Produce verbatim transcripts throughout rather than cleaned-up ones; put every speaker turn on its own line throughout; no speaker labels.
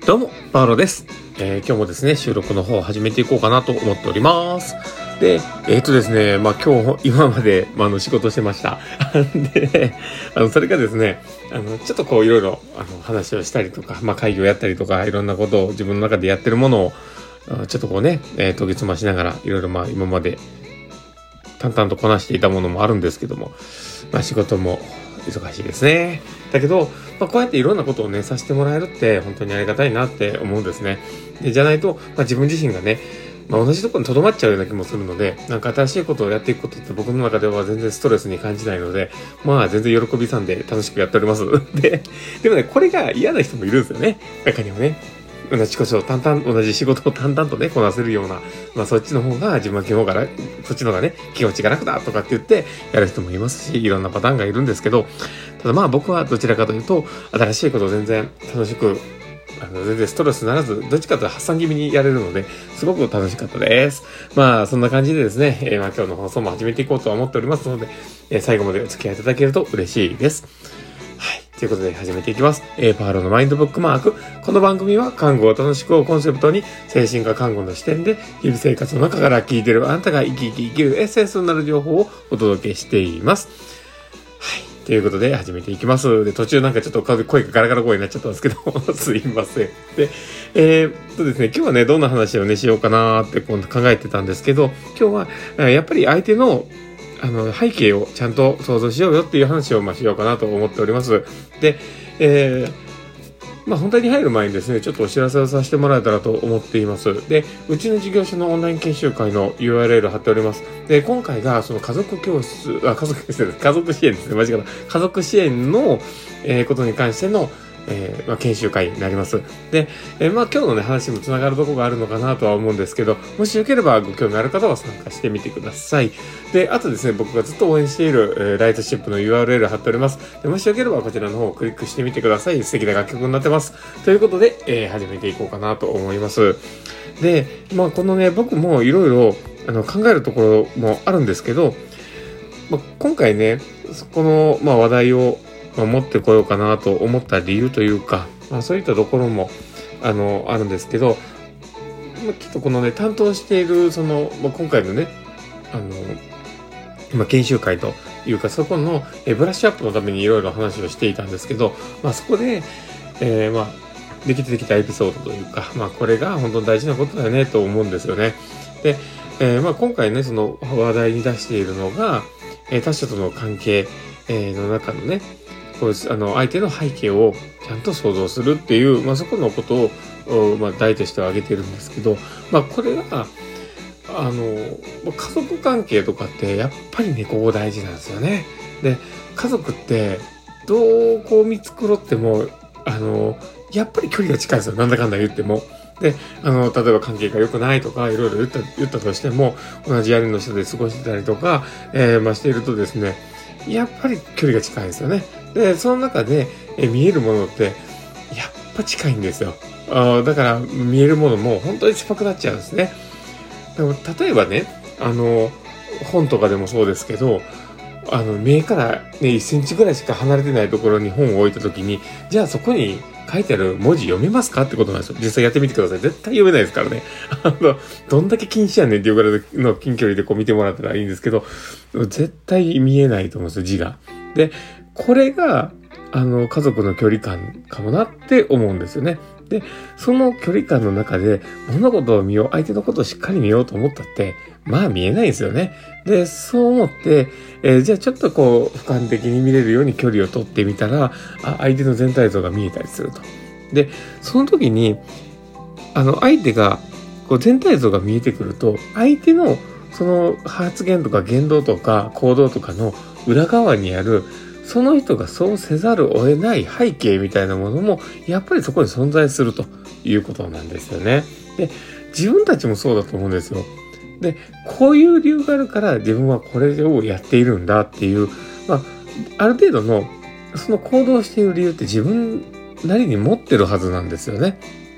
どうもパウロです、えー、今日もですね収録の方を始めていこうかなと思っております。でえー、っとですねまあ今日今まで、まあ、の仕事してましたであのそれがですねあのちょっとこういろいろあの話をしたりとか、まあ、会議をやったりとかいろんなことを自分の中でやってるものをちょっとこうね、えー、研ぎ澄ましながらいろいろまあ今まで淡々とこなしていたものもあるんですけども、まあ、仕事も忙しいですね。だけど、まあ、こうやっていろんなことをねさせてもらえるって本当にありがたいなって思うんですね。でじゃないと、まあ、自分自身がね、まあ、同じところに留まっちゃうような気もするので、なんか新しいことをやっていくことって僕の中では全然ストレスに感じないので、まあ全然喜びさんで楽しくやっております。で、でもねこれが嫌な人もいるんですよね。中にはね。同じことを淡々、同じ仕事を淡々とね、こなせるような、まあそっちの方が自分は気持ちが楽、そっちの方がね、気持ちが楽だとかって言ってやる人もいますし、いろんなパターンがいるんですけど、ただまあ僕はどちらかというと、新しいことを全然楽しく、あの全然ストレスならず、どっちかというと発散気味にやれるので、すごく楽しかったです。まあそんな感じでですね、えー、まあ今日の放送も始めていこうとは思っておりますので、えー、最後までお付き合いいただけると嬉しいです。ということで始めていきます。えー、パーロのマインドブックマーク。この番組は看護を楽しくをコンセプトに精神科看護の視点で日々生活の中から聞いているあなたが生き生き生きるエッセンスになる情報をお届けしています。はい。ということで始めていきます。で、途中なんかちょっと声がガラガラ声になっちゃったんですけど、すいません。で、えー、っとですね、今日はね、どんな話をね、しようかなーって考えてたんですけど、今日はやっぱり相手のあの背景をちゃんと想像しようよっていう話をまあしようかなと思っております。で、えー、まあ本題に入る前にですね、ちょっとお知らせをさせてもらえたらと思っています。で、うちの事業所のオンライン研修会の ユーアールエル 貼っております。で、今回がその家族教室、あ、家族教室です。家族支援ですね。間違えた。家族支援の、えー、ことに関してのえーまあ、研修会になります。で、えー、まあ今日のね話にもつながるところがあるのかなとは思うんですけど、もしよければご興味ある方は参加してみてください。で、あとですね、僕がずっと応援している、えー、ライトシップの ユーアールエル 貼っております。で、もしよければこちらの方をクリックしてみてください。素敵な楽曲になってます。ということで、えー、始めていこうかなと思います。で、まあこのね、僕もいろいろあの考えるところもあるんですけど、まあ、今回ね、この、まあ、話題をまあ、持ってこようかなと思った理由というか、まあ、そういったところもあのあるんですけど、まあ、きっとこのね担当しているその、まあ、今回のねあの、まあ、研修会というかそこのえブラッシュアップのためにいろいろ話をしていたんですけど、まあ、そこで、えー、まあできてきたエピソードというか、まあ、これが本当に大事なことだよねと思うんですよね。で、えーまあ、今回ねその話題に出しているのが、えー、他者との関係、えー、の中のねこうあの相手の背景をちゃんと想像するっていう、まあ、そこのことを、まあ、題として挙げてるんですけど、まあ、これがあの家族関係とかってやっぱりねここ大事なんですよね。で家族ってどうこう見繕ってもあのやっぱり距離が近いですよ。なんだかんだ言っても。であの例えば関係が良くないとかいろいろ言った言ったとしても同じ屋根の下で過ごしてたりとか、えーまあ、しているとですねやっぱり距離が近いですよね。で、その中でえ見えるものってやっぱ近いんですよ。あだから見えるものも本当に狭くなっちゃうんですね。でも例えばね、あの本とかでもそうですけど、あの目からねいっセンチぐらいしか離れてないところに本を置いたときに、じゃあそこに書いてある文字読めますかってことなんですよ。実際やってみてください。絶対読めないですからね。あの、どんだけ近視やねんっていうぐらいの近距離でこう見てもらったらいいんですけど、絶対見えないと思うんですよ、字が。で、これが、あの、家族の距離感かもなって思うんですよね。で、その距離感の中で物事を見よう、相手のことをしっかり見ようと思ったって、まあ見えないですよね。で、そう思って、えー、じゃあちょっとこう、俯瞰的に見れるように距離を取ってみたら、あ、相手の全体像が見えたりすると。で、その時に、あの、相手が、こう全体像が見えてくると、相手のその発言とか言動とか行動とかの裏側にある、その人がそうせざるを得ない背景みたいなものもやっぱりそこに存在するということなんですよね。で、自分たちもそうだと思うんですよ。で、こういう理由があるから自分はこれをやっているんだっていう、まあ、ある程度のその行動している理由って自分なりに持ってるはずなんですよね。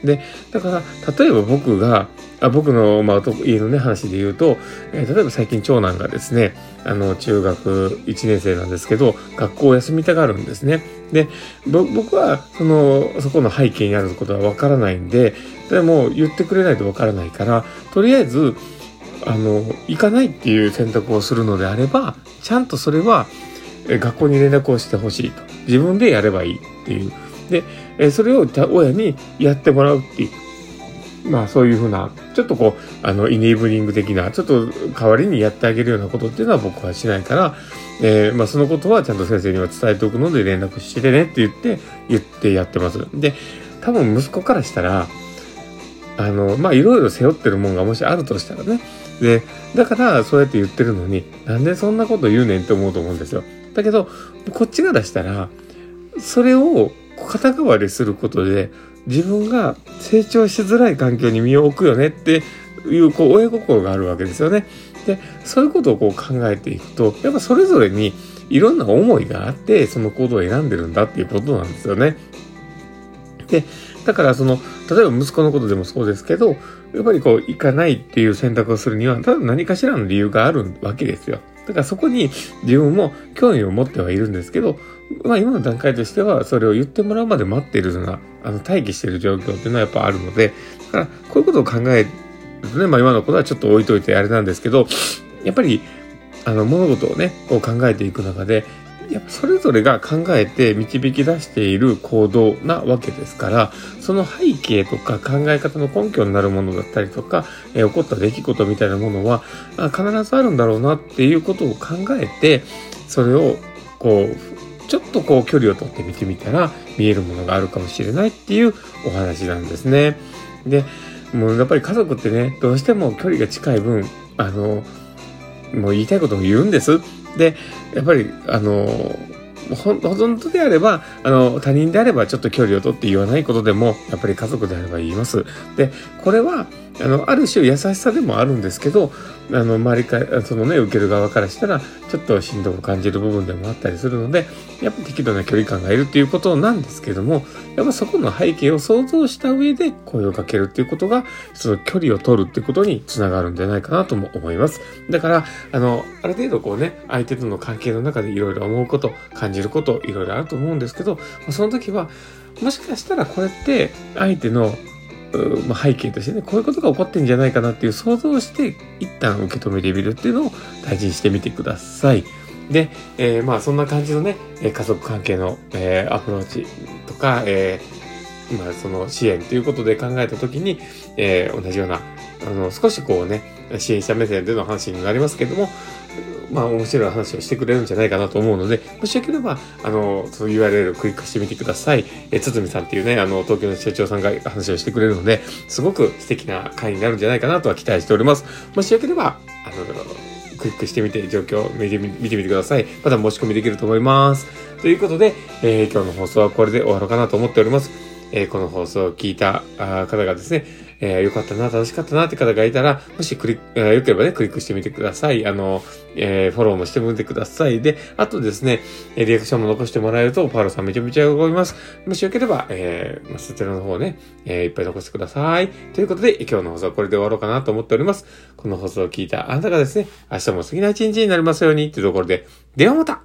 で、だから、例えば僕が、あ僕の、まあ、家のね、話で言うと、えー、例えば最近長男がですね、あの、中学いちねん生なんですけど、学校を休みたがるんですね。で、僕は、その、そこの背景にあることはわからないんで、でも言ってくれないとわからないから、とりあえず、あの、行かないっていう選択をするのであれば、ちゃんとそれは、え学校に連絡をしてほしいと。自分でやればいいっていう。で、えそれを親にやってもらうっていう。まあそういうふうな、ちょっとこう、あの、イネーブリング的な、ちょっと代わりにやってあげるようなことっていうのは僕はしないから、えー、まあそのことはちゃんと先生には伝えておくので連絡してねって言って、言ってやってます。で、多分息子からしたら、あの、まあいろいろ背負ってるもんがもしあるとしたらね。で、だからそうやって言ってるのに、なんでそんなこと言うねんって思うと思うんですよ。だけど、こっちが出したら、それを肩代わりすることで、自分が成長しづらい環境に身を置くよねっていう、こう、親心があるわけですよね。で、そういうことをこう考えていくと、やっぱそれぞれにいろんな思いがあって、その行動を選んでるんだっていうことなんですよね。で、だからその、例えば息子のことでもそうですけど、やっぱりこう、行かないっていう選択をするには、ただ何かしらの理由があるわけですよ。だからそこに自分も興味を持ってはいるんですけど、まあ今の段階としてはそれを言ってもらうまで待っているような、あの待機している状況っていうのはやっぱあるので、だからこういうことを考えるとね、まあ今のことはちょっと置いといてあれなんですけど、やっぱりあの物事をね、こう考えていく中で、やっぱそれぞれが考えて導き出している行動なわけですから、その背景とか考え方の根拠になるものだったりとか、えー、起こった出来事みたいなものはあ必ずあるんだろうなっていうことを考えて、それをこうちょっとこう距離を取って見てみたら見えるものがあるかもしれないっていうお話なんですね。で、もうやっぱり家族ってね、どうしても距離が近い分、あのもう言いたいことを言うんです。で、やっぱり、あの、ほん、ほとんどであれば、あの、他人であればちょっと距離を取って言わないことでも、やっぱり家族であれば言います。で、これは、あの、ある種優しさでもあるんですけど、あの、周りから、そのね、受ける側からしたら、ちょっとしんどく感じる部分でもあったりするので、やっぱ適度な距離感がいるっていうことなんですけども、やっぱそこの背景を想像した上で声をかけるっていうことが、その距離を取るっていうことにつながるんじゃないかなとも思います。だから、あの、ある程度こうね、相手との関係の中でいろいろ思うこと、感じること、いろいろあると思うんですけど、その時は、もしかしたらこれって相手のまあ、背景としてね、こういうことが起こってんじゃないかなっていう想像をして一旦受け止めてみるっていうのを大事にしてみてください。で、えー、まあそんな感じのね、家族関係の、えー、アプローチとか、えー、まあその支援ということで考えたときに、えー、同じような、あの、少しこうね、支援者目線での話になりますけども、まあ面白い話をしてくれるんじゃないかなと思うので、もしよければ、あの、その ユーアールエル クリックしてみてください。え、つつみさんっていうね、あの、東京の社長さんが話をしてくれるので、すごく素敵な会になるんじゃないかなとは期待しております。もしよければ、あの、クリックしてみて状況を見てみ、見てみてください。また申し込みできると思います。ということで、えー、今日の放送はこれで終わろうかなと思っております。えー、この放送を聞いた方がですね、えー、よかったな、楽しかったなって方がいたら、もしクリック、えー、よければね、クリックしてみてください。あの、えー、フォローもしてみてください。で、あとですね、リアクションも残してもらえると、パウロさんめちゃめちゃ喜びます。もしよければ、えー、そちらの方ね、えー、いっぱい残してください。ということで、今日の放送はこれで終わろうかなと思っております。この放送を聞いたあなたがですね、明日も素敵な一日になりますようにっていうところで、ではまた